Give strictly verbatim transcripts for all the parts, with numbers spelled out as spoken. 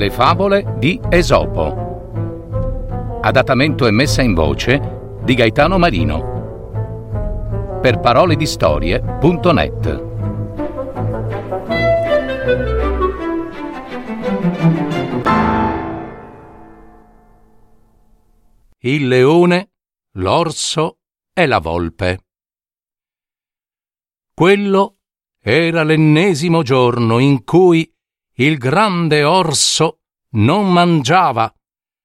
Le favole di Esopo. Adattamento e messa in voce di Gaetano Marino. Per parole di storie punto net. Il leone, l'orso e la volpe. Quello era l'ennesimo giorno in cui il grande orso non mangiava.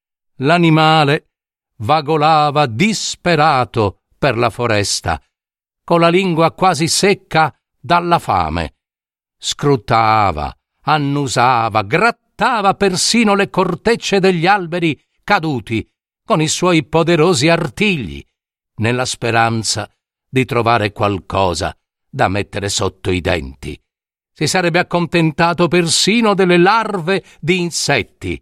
L'animale vagolava disperato per la foresta, con la lingua quasi secca dalla fame. Scrutava, annusava, grattava persino le cortecce degli alberi caduti con i suoi poderosi artigli, nella speranza di trovare qualcosa da mettere sotto i denti. Si sarebbe accontentato persino delle larve di insetti.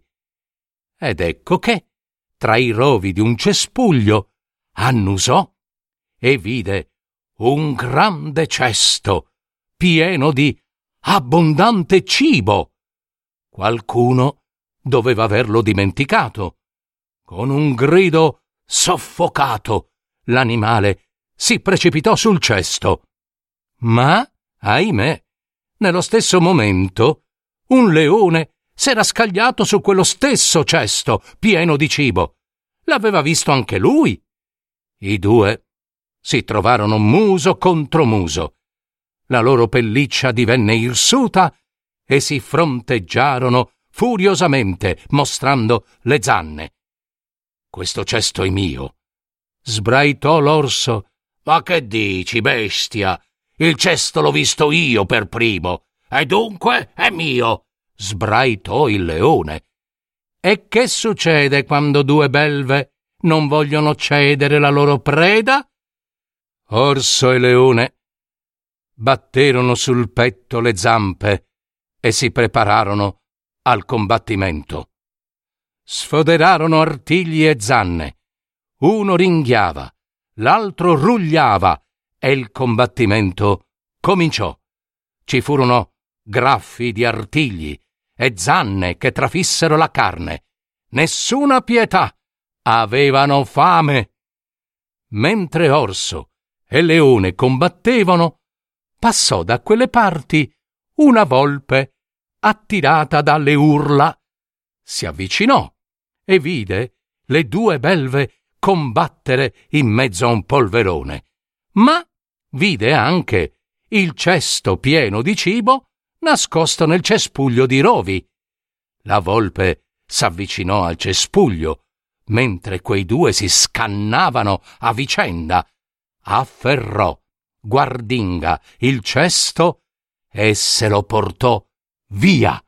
Ed ecco che, tra i rovi di un cespuglio, annusò e vide un grande cesto pieno di abbondante cibo. Qualcuno doveva averlo dimenticato. Con un grido soffocato, l'animale si precipitò sul cesto. Ma, ahimè, nello stesso momento, un leone s'era scagliato su quello stesso cesto pieno di cibo. L'aveva visto anche lui. I due si trovarono muso contro muso. La loro pelliccia divenne irsuta e si fronteggiarono furiosamente, mostrando le zanne. «Questo cesto è mio», sbraitò l'orso. «Ma che dici, bestia? Il cesto l'ho visto io per primo, e dunque è mio», sbraitò il leone. «E che succede quando due belve non vogliono cedere la loro preda?» Orso e leone batterono sul petto le zampe e si prepararono al combattimento. Sfoderarono artigli e zanne. Uno ringhiava, l'altro rugliava, e il combattimento cominciò. Ci furono graffi di artigli e zanne che trafissero la carne. Nessuna pietà. Avevano fame. Mentre orso e leone combattevano, passò da quelle parti una volpe attirata dalle urla. Si avvicinò e vide le due belve combattere in mezzo a un polverone. Ma vide anche il cesto pieno di cibo nascosto nel cespuglio di rovi. La volpe s'avvicinò al cespuglio, mentre quei due si scannavano a vicenda. Afferrò, guardinga, il cesto e se lo portò via.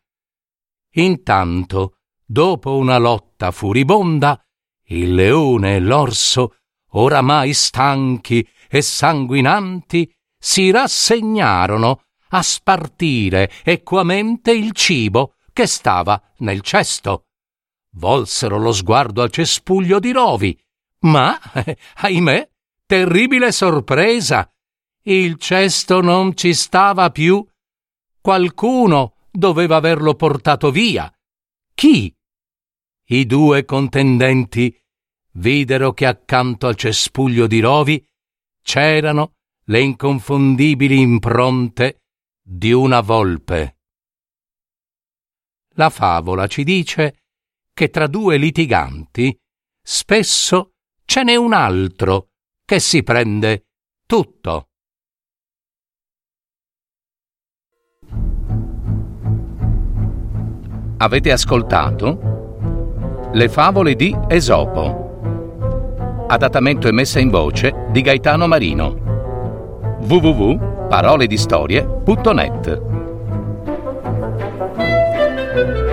Intanto, dopo una lotta furibonda, il leone e l'orso, oramai stanchi e sanguinanti, si rassegnarono a spartire equamente il cibo che stava nel cesto. Volsero lo sguardo al cespuglio di rovi, ma, eh, ahimè, terribile sorpresa! Il cesto non ci stava più. Qualcuno doveva averlo portato via. Chi? I due contendenti videro che accanto al cespuglio di rovi c'erano le inconfondibili impronte di una volpe. La favola ci dice che tra due litiganti spesso ce n'è un altro che si prende tutto. Avete ascoltato Le favole di Esopo. Adattamento e messa in voce di Gaetano Marino. w w w punto parole di storie punto net